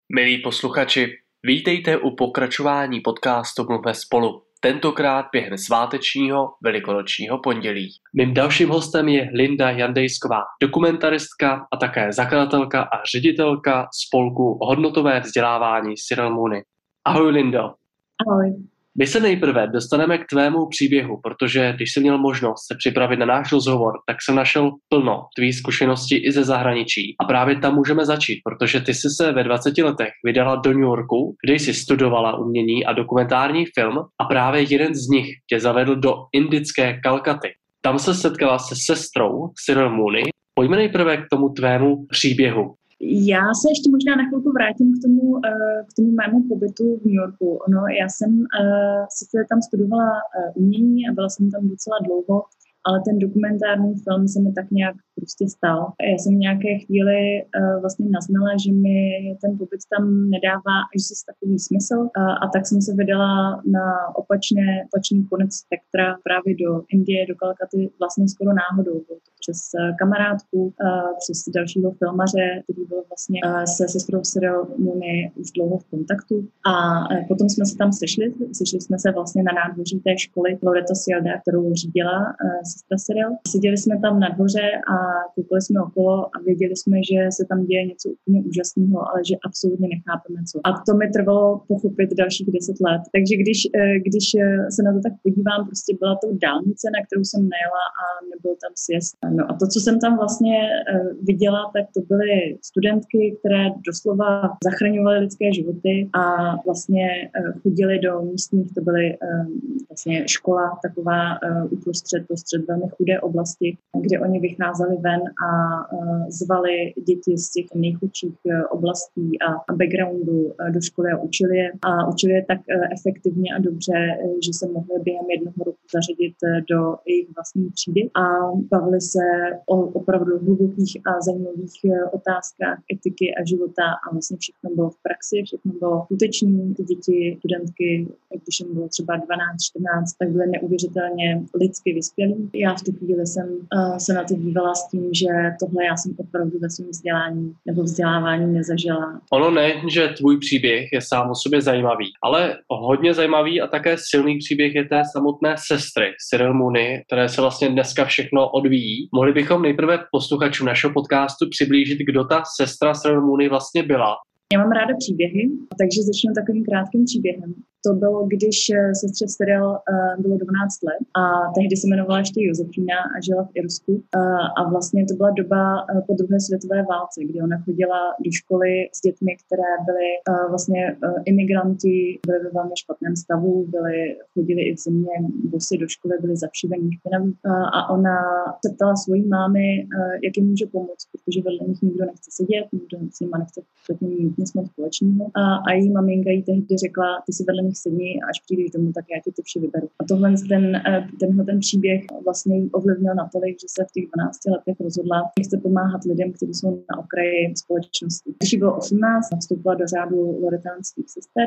Milí posluchači, vítejte u pokračování podcastu Mluvme spolu. Tentokrát během svátečního velikonočního pondělí. Mým dalším hostem je Linda Jandejsková, dokumentaristka a také zakladatelka a ředitelka spolku Hodnotové vzdělávání Cyril Mooney. Ahoj Lindo. Ahoj. My se nejprve dostaneme k tvému příběhu, protože když jsem měl možnost se připravit na náš rozhovor, tak jsem našel plno tvých zkušeností i ze zahraničí. A právě tam můžeme začít, protože ty jsi se ve 20 letech vydala do New Yorku, kde jsi studovala umění a dokumentární film a právě jeden z nich tě zavedl do indické Kalkaty. Tam se setkala se sestrou Cyril Mooney. Pojďme nejprve k tomu tvému příběhu. Já se ještě možná na chvilku vrátím k tomu mému pobytu v New Yorku. Já jsem sice tam studovala umění a byla jsem tam docela dlouho, ale ten dokumentární film se mi tak nějak prostě stal. Já jsem v nějaké chvíli vlastně naznala, že mi ten pobyt tam nedává až zase takový smysl a tak jsem se vydala na opačný konec spektra právě do Indie, do Kalkaty vlastně skoro náhodou. Bylo to přes kamarádku, přes dalšího filmaře, který byl vlastně se sestrou Cyril Mooney už dlouho v kontaktu a potom jsme se tam sešli jsme se vlastně na nádvoří té školy Loreto Silda, kterou řídila sestra Cyril. Seděli jsme tam na dvoře a koukali jsme okolo a věděli jsme, že se tam děje něco úplně úžasného, ale že absolutně nechápeme co. A to mi trvalo pochopit dalších 10 let. Takže když se na to tak podívám, prostě byla to dálnice, na kterou jsem nejela a nebyl tam sjezd. No a to, co jsem tam vlastně viděla, tak to byly studentky, které doslova zachraňovaly lidské životy a vlastně chodily do místních, to byly vlastně škola taková uprostřed velmi chudé oblasti, kde oni vycházeli ven a zvali děti z těch nejchudších oblastí a backgroundu do školy a učili je tak efektivně a dobře, že se mohli během jednoho roku zařadit do jejich vlastní třídy a bavili se o opravdu hlubokých a zajímavých otázkách etiky a života a vlastně všechno bylo v praxi, všechno bylo skutečné. Ty děti, studentky, když jim bylo třeba 12-14, tak byly neuvěřitelně lidsky vyspělí. Já v tu chvíli jsem se na to dívala s tím, že tohle já jsem opravdu ve svém vzdělání nebo vzdělávání nezažila. Ono ne, že tvůj příběh je sám o sobě zajímavý, ale hodně zajímavý a také silný příběh je té samotné sestry Cyril Mooney, které se vlastně dneska všechno odvíjí. Mohli bychom nejprve posluchačům našeho podcastu přiblížit, kdo ta sestra Cyril Mooney vlastně byla. Já mám ráda příběhy, takže začnu takovým krátkým příběhem. To bylo, když sestře Cyril bylo 12 let a tehdy se jmenovala ještě Josefína a žila v Irsku. A vlastně to byla doba po druhé světové válce, kdy ona chodila do školy s dětmi, které byly vlastně imigranti, byly ve velmi špatném stavu, chodili i v zimě bosy do školy, byli zavšívení špinaví. A ona se ptala svojí mámy, jak jim může pomoct, protože vedle nich nikdo nechce sedět, nikdo s nima nechce mít nic moc společného. A její maminka jí tehdy řekla, ty si vedle nich sedni a až přijdeš domů, tak já ti to vše vyberu. A tenhle příběh vlastně jí ovlivnil natolik, že se v těch 12 letech rozhodla, že chce pomáhat lidem, kteří jsou na okraji společnosti. Když jí bylo 18, vstoupila do řádu loretánských sester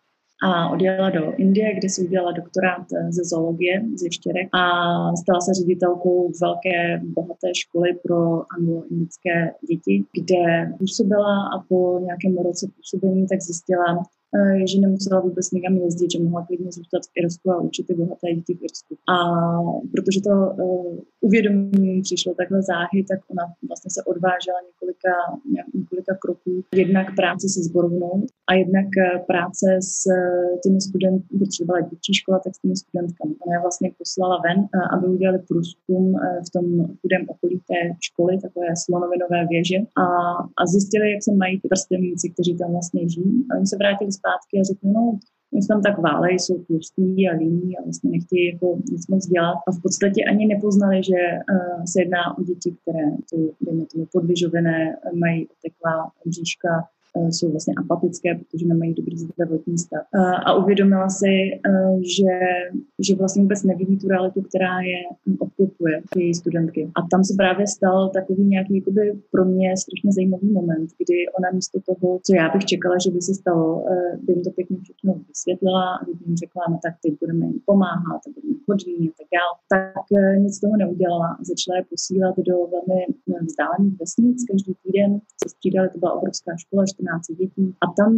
a odjela do Indie, kde si udělala doktorát ze zoologie, ze štěrek a stala se ředitelkou velké, bohaté školy pro anglo-indické děti, kde působila a po nějakém roce působení tak zjistila, že nemusela vůbec někam jezdit, že mohla klidně zůstat v Irsku a učit ty bohaté děti v Irsku. A protože to uvědomění přišlo takhle záhy, tak ona vlastně se odvážela několika kroků. Jednak práce se sborovnou a jednak práce s těmi studenty, protože byla dětší škola, tak s těmi studentkami. Ona je vlastně poslala ven, aby udělali průzkum v tom chudém okolí té školy, takové slonovinové věže a zjistili, jak se mají ty vrstevníci, kteří tam vlastně žijí. A oni se vrátili zpátky a řekli, oni se tam tak válejí, jsou tlustí a líní a vlastně nechtějí jako nic moc dělat. A v podstatě ani nepoznali, že se jedná o děti, které dejme tomu podvyživené, mají oteklá bříška, jsou vlastně apatické, protože nemají dobrý zdravotní stav. A uvědomila si, že vlastně vůbec nevidí tu realitu, která je obklopuje její studentky. A tam se právě stal takový nějaký jakoby pro mě strašně zajímavý moment, kdy ona místo toho, co já bych čekala, že by se stalo, by jim to pěkně všechno vysvětlila a by jim řekla, no tak teď budeme jim pomáhat a budeme chodní a tak dále. Tak nic toho neudělala. Začala je posílat do velmi vzdálených vesnic každý týden. Se střídali, to byla obrovská škola, 40 14 dětí a tam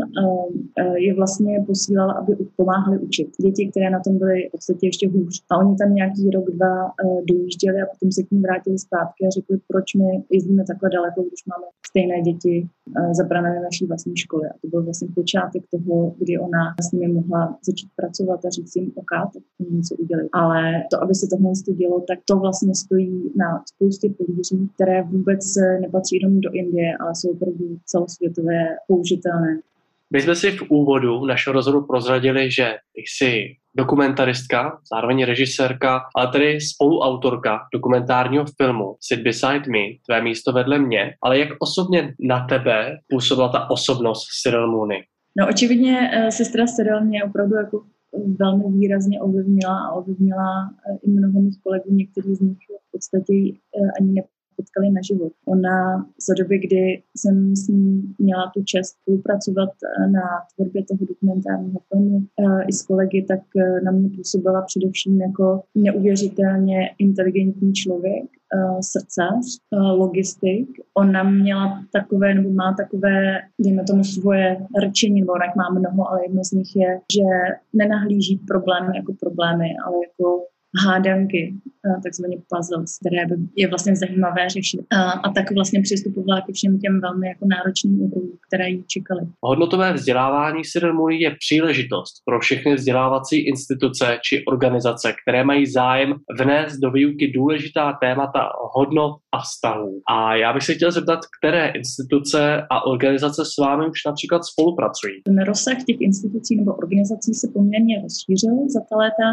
je vlastně posílala, aby pomáhali učit. Děti, které na tom byly v podstatě ještě hůř. A oni tam nějaký rok, dva dojížděli a potom se k ním vrátili zpátky a řekli, proč my jezdíme takhle daleko, když máme stejné děti za branami naší vlastní školy. A to byl vlastně počátek toho, kdy ona s nimi mohla začít pracovat a říct jim, OK, tak něco udělat. Ale to, aby se tohle dělo, tak to vlastně stojí na spoustě pilířů, které vůbec nepatří jenom do Indie, ale jsou opravdu celosvětové použitelné. My jsme si v úvodu našeho rozhovoru prozradili, že ty jsi dokumentaristka, zároveň režisérka, ale tedy spoluautorka dokumentárního filmu Sit Beside Me, Tvé místo vedle mě. Ale jak osobně na tebe působila ta osobnost Cyril Mooney? No očividně sestra Cyril mě opravdu jako velmi výrazně ovlivnila i mnoho mých kolegů, některý z nich v podstatě ani nepotkali naživo. Ona za doby, kdy jsem s ní měla tu čest spolupracovat na tvorbě toho dokumentárního filmu i s kolegy, tak na mě působila především jako neuvěřitelně inteligentní člověk, srdcař, logistik. Ona měla takové, nebo má takové, dejme tomu, svoje rčení, nebo ona má mnoho, ale jedno z nich je, že nenahlíží problémy jako problémy, ale jako hádanky, takzvaně puzzles, které je vlastně zajímavé řešit. A tak vlastně přistupovala ke všem těm velmi jako náročným úkolům, které jí čekaly. Hodnotové vzdělávání Cyril Mooney je příležitost pro všechny vzdělávací instituce či organizace, které mají zájem vnést do výuky důležitá témata hodnot a vztahů. A já bych se chtěl zeptat, které instituce a organizace s vámi už například spolupracují? Ten rozsah těch institucí nebo organizací se poměrně rozšířil za ta léta.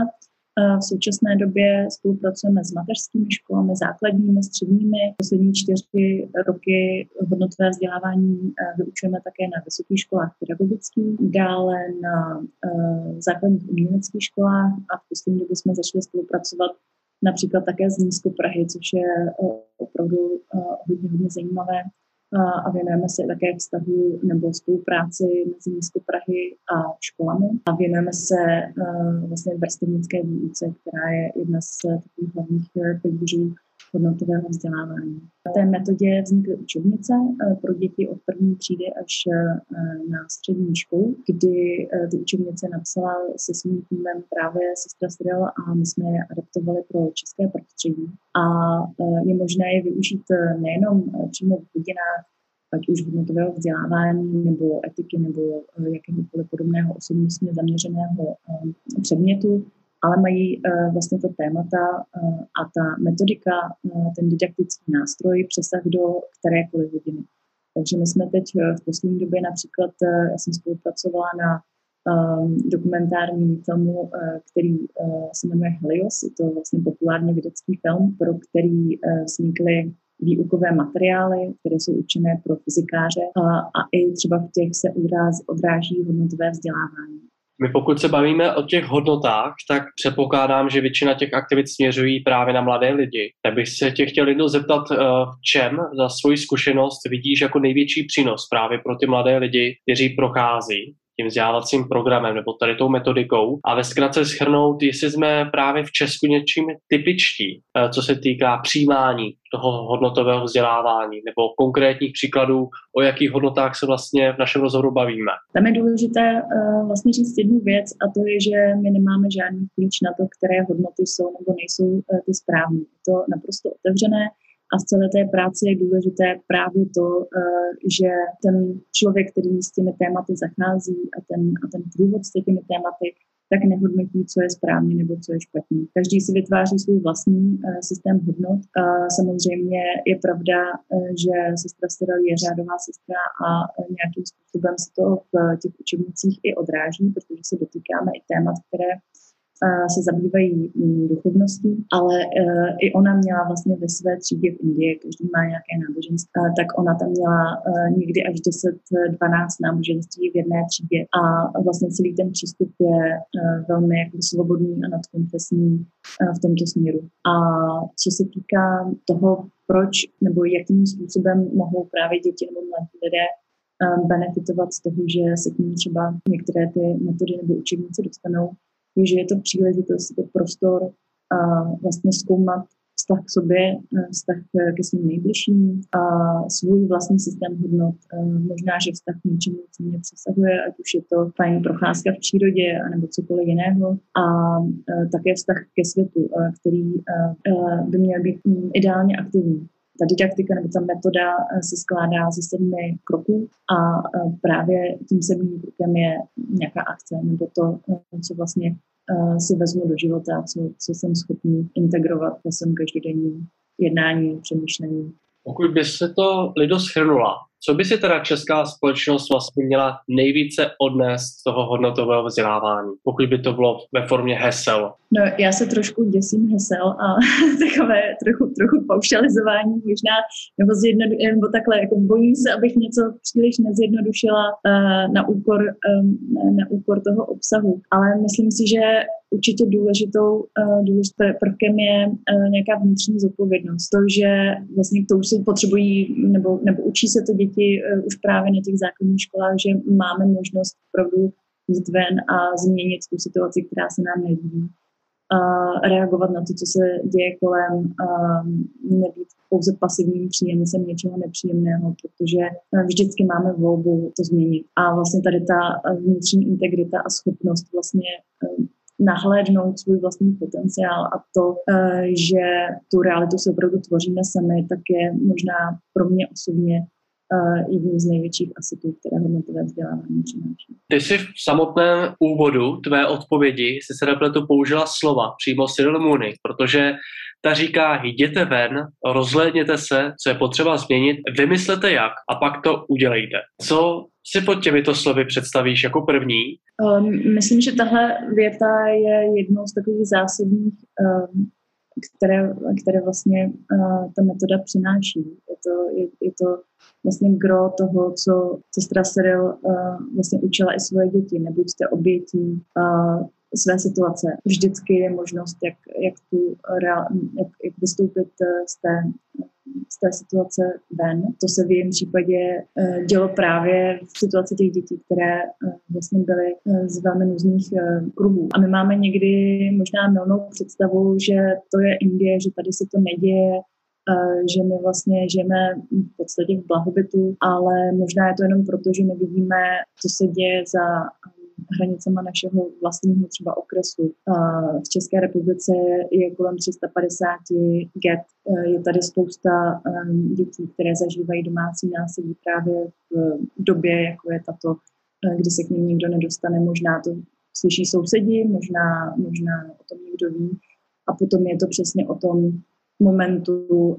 V současné době spolupracujeme s mateřskými školami, základními, středními. Poslední 4 roky hodnotové vzdělávání vyučujeme také na vysokých školách pedagogických, dále na základních uměleckých školách a v poslední době jsme začali spolupracovat například také z Nízko Prahy, což je opravdu hodně zajímavé. A věnujeme se také vztahu nebo spolupráci mezi Nízko Prahy a školami. A věnujeme se vlastně vrstevnické výuce, která je jedna z takových hlavních pilířů hodnotového vzdělávání. V té metodě vznikly učebnice pro děti od první třídy až na střední školu, kdy ty učebnice napsala se svým týmem právě sestra Cyril a my jsme je adaptovali pro české prostředí. A je možné je využít nejenom přímo v hodinách, ať už hodnotového vzdělávání nebo etiky nebo jakéhokoliv podobného osobnostně zaměřeného předmětu, ale mají vlastně to témata a ta metodika, ten didaktický nástroj přesah do kterékoliv hodiny. Takže my jsme teď v poslední době například, já jsem spolupracovala na dokumentárním filmu, který se jmenuje Helios. Je to vlastně populárně vědecký film, pro který vznikly výukové materiály, které jsou určené pro fyzikáře a i třeba v těch se odráží hodnotové vzdělávání. My pokud se bavíme o těch hodnotách, tak předpokládám, že většina těch aktivit směřují právě na mladé lidi. Tak bych se tě chtěl jednou zeptat, v čem za svoji zkušenost vidíš jako největší přínos právě pro ty mladé lidi, kteří prochází tím vzdělávacím programem nebo tady tou metodikou a ve zkratce shrnout, jestli jsme právě v Česku něčím typičtí, co se týká přijímání toho hodnotového vzdělávání nebo konkrétních příkladů, o jakých hodnotách se vlastně v našem rozhovoru bavíme. Tam je důležité vlastně říct jednu věc a to je, že my nemáme žádný klíč na to, které hodnoty jsou nebo nejsou ty správné. Je to naprosto otevřené. A v celé té práci je důležité právě to, že ten člověk, který s těmi tématy zachází a ten průvod s těmi tématy, tak nehodnotí, co je správně nebo co je špatně. Každý si vytváří svůj vlastní systém hodnot. Samozřejmě je pravda, že sestra Cyril je řádová sestra a nějakým způsobem se to v těch učebnicích i odráží, protože se dotýkáme i témat, které se zabývají duchovností, ale i ona měla vlastně ve své třídě v Indii, každý má nějaké náboženství, tak ona tam měla někdy až 10-12 náboženství v jedné třídě a vlastně celý ten přístup je velmi jako svobodný a nadkonfesní v tomto směru. A co se týká toho, proč nebo jakým způsobem mohou právě děti nebo mladí lidé benefitovat z toho, že se k ním třeba některé ty metody nebo učebnice dostanou, že je to příležitost, je to prostor vlastně zkoumat, vztah k sobě, vztah ke svým nejbližším, svůj vlastní systém hodnot, možná, že vztah k něčemu, co mě přesahuje, ať už je to fajn procházka v přírodě, anebo cokoliv jiného. A také vztah ke světu, který by měl být ideálně aktivní. Ta didaktika nebo ta metoda se skládá ze 7 kroků a právě tím 7. krokem je nějaká akce nebo to, co vlastně si vezmu do života, co jsem schopný integrovat ve svém každodenním jednání, přemýšlení. Pokud by se to, Lido, shrnula, co by si teda česká společnost vlastně měla nejvíce odnést z toho hodnotového vzdělávání, pokud by to bylo ve formě hesel? No, já se trošku děsím hesel a takové trochu paušalizování možná, nebo takhle, jako bojím se, abych něco příliš nezjednodušila na úkor toho obsahu. Ale myslím si, že určitě důležitým prvkem je nějaká vnitřní zodpovědnost. To, že vlastně to už se potřebují, nebo učí se to děti už právě na těch základních školách, že máme možnost opravdu jít ven a změnit tu situaci, která se nám nelíbí. Reagovat na to, co se děje kolem, nebýt pouze pasivním příjemcem něčeho nepříjemného, protože vždycky máme volbu to změnit. A vlastně tady ta vnitřní integrita a schopnost vlastně nahlédnout svůj vlastní potenciál a to, že tu realitu si opravdu tvoříme sami, tak je možná pro mě osobně jedním z největších asetů, které hodnotové vzdělávání přináší. Ty jsi v samotném úvodu tvé odpovědi, jestli se nepletu, použila slova přímo Cyril Mooney, protože ta říká, jděte ven, rozhlédněte se, co je potřeba změnit, vymyslete jak a pak to udělejte. Co si pod těmito slovy představíš jako první? Myslím, že tahle věta je jednou z takových zásadních, které vlastně ta metoda přináší. Je to vlastně gro toho, co sestra Cyril vlastně učila i svoje děti. Nebuďte obětí své situace. Vždycky je možnost, jak vystoupit z té situace ven. To se v jejím případě dělo právě v situaci těch dětí, které vlastně byly z velmi různých kruhů. A my máme někdy možná mylnou představu, že to je Indie, že tady se to neděje, že my vlastně žijeme v podstatě v blahobytu, ale možná je to jenom proto, že nevidíme, co se děje za hranicema našeho vlastního třeba okresu. V České republice je kolem 350 get. Je tady spousta dětí, které zažívají domácí násilí právě v době, jako je tato, kdy se k nim nikdo nedostane. Možná to slyší sousedi, možná o tom někdo ví. A potom je to přesně o tom momentu,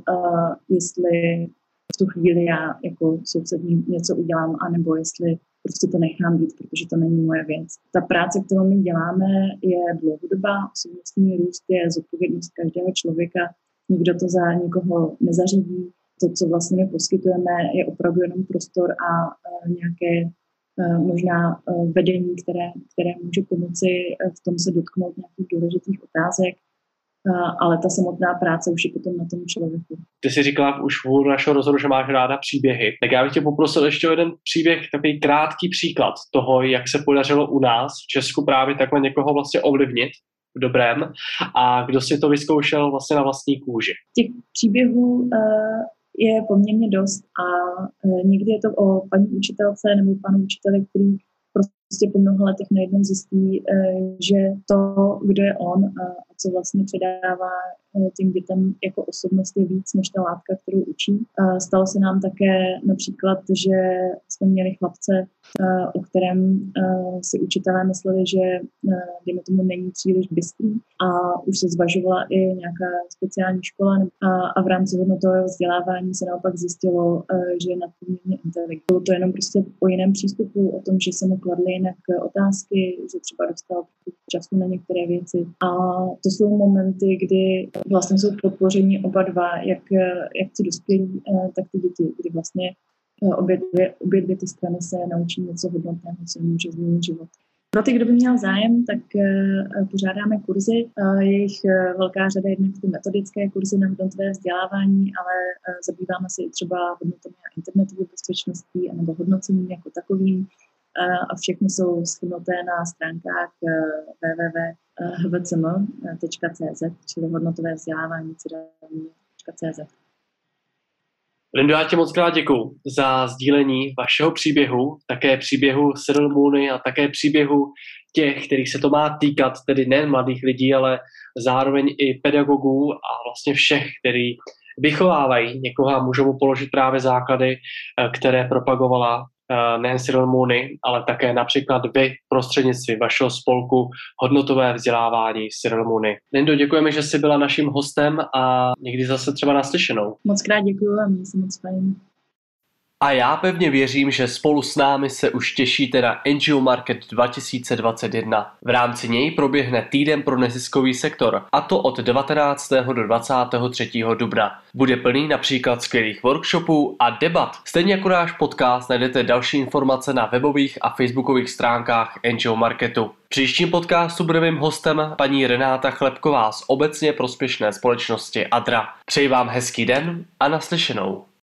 jestli v tu chvíli já jako sousední něco udělám, anebo jestli prostě to nechám být, protože to není moje věc. Ta práce, kterou my děláme, je dlouhodobá, osobnostní růst je zodpovědnost každého člověka, nikdo to za nikoho nezařídí. To, co vlastně my poskytujeme, je opravdu jenom prostor a nějaké možná vedení, které může pomoci v tom se dotknout nějakých důležitých otázek, ale ta samotná práce už je potom na tom člověku. Ty jsi říkala už v našeho rozhovoru, že máš ráda příběhy. Tak já bych tě poprosil ještě o jeden příběh, takový krátký příklad toho, jak se podařilo u nás v Česku právě takhle někoho vlastně ovlivnit v dobrém a kdo si to vyzkoušel vlastně na vlastní kůži. Těch příběhů je poměrně dost a někdy je to o paní učitelce nebo panu učiteli, který prostě po mnoha letech najednou zjistí, že to, kdo je on a co vlastně předává těm dětem jako osobnost je víc než ta látka, kterou učí. Stalo se nám také například, že jsme měli chlapce, o kterém si učitelé mysleli, že dejme tomu není příliš bystrý a už se zvažovala i nějaká speciální škola a v rámci hodnotového vzdělávání se naopak zjistilo, že je nadprůměrně inteligentní. Bylo to jenom prostě o jiném přístupu, o tom, že se mu kladly jinak otázky, že třeba dostal času na některé věci. A to jsou momenty, kdy vlastně jsou podpoření oba dva, jak ti dospělí, tak ty děti, kdy vlastně obě dvě ty strany se naučí něco hodnotného, co může změnit život. Pro ty, kdo by měl zájem, tak pořádáme kurzy. Je jich velká řada, jednak ty metodické kurzy na hodnotové vzdělávání, ale zabýváme se i třeba hodnotou a internetovou bezpečností anebo hodnocením jako takovým. A všechny jsou shrnuté na stránkách hvcm.cz, čili hodnotové vzdělávání CZ. Lindo, já ti moc krát děkuju za sdílení vašeho příběhu, také příběhu Cyril Mooney a také příběhu těch, kterých se to má týkat, tedy nejen mladých lidí, ale zároveň i pedagogů a vlastně všech, kteří vychovávají někoho a můžou mu položit právě základy, které propagovala nejen Cyril Mooney, ale také například vy prostřednictvím vašeho spolku Hodnotové vzdělávání Cyril Mooney. Lindo, děkujeme, že jsi byla naším hostem a někdy zase třeba naslyšenou. Moc krát děkuju a měj se moc fajn. A já pevně věřím, že spolu s námi se už těšíte na NGO Market 2021. V rámci něj proběhne týden pro neziskový sektor, a to od 19. do 23. dubna. Bude plný například skvělých workshopů a debat. Stejně jako náš podcast najdete další informace na webových a facebookových stránkách NGO Marketu. V příštím podcastu bude mým hostem paní Renáta Chlebková z obecně prospěšné společnosti ADRA. Přeji vám hezký den a naslyšenou.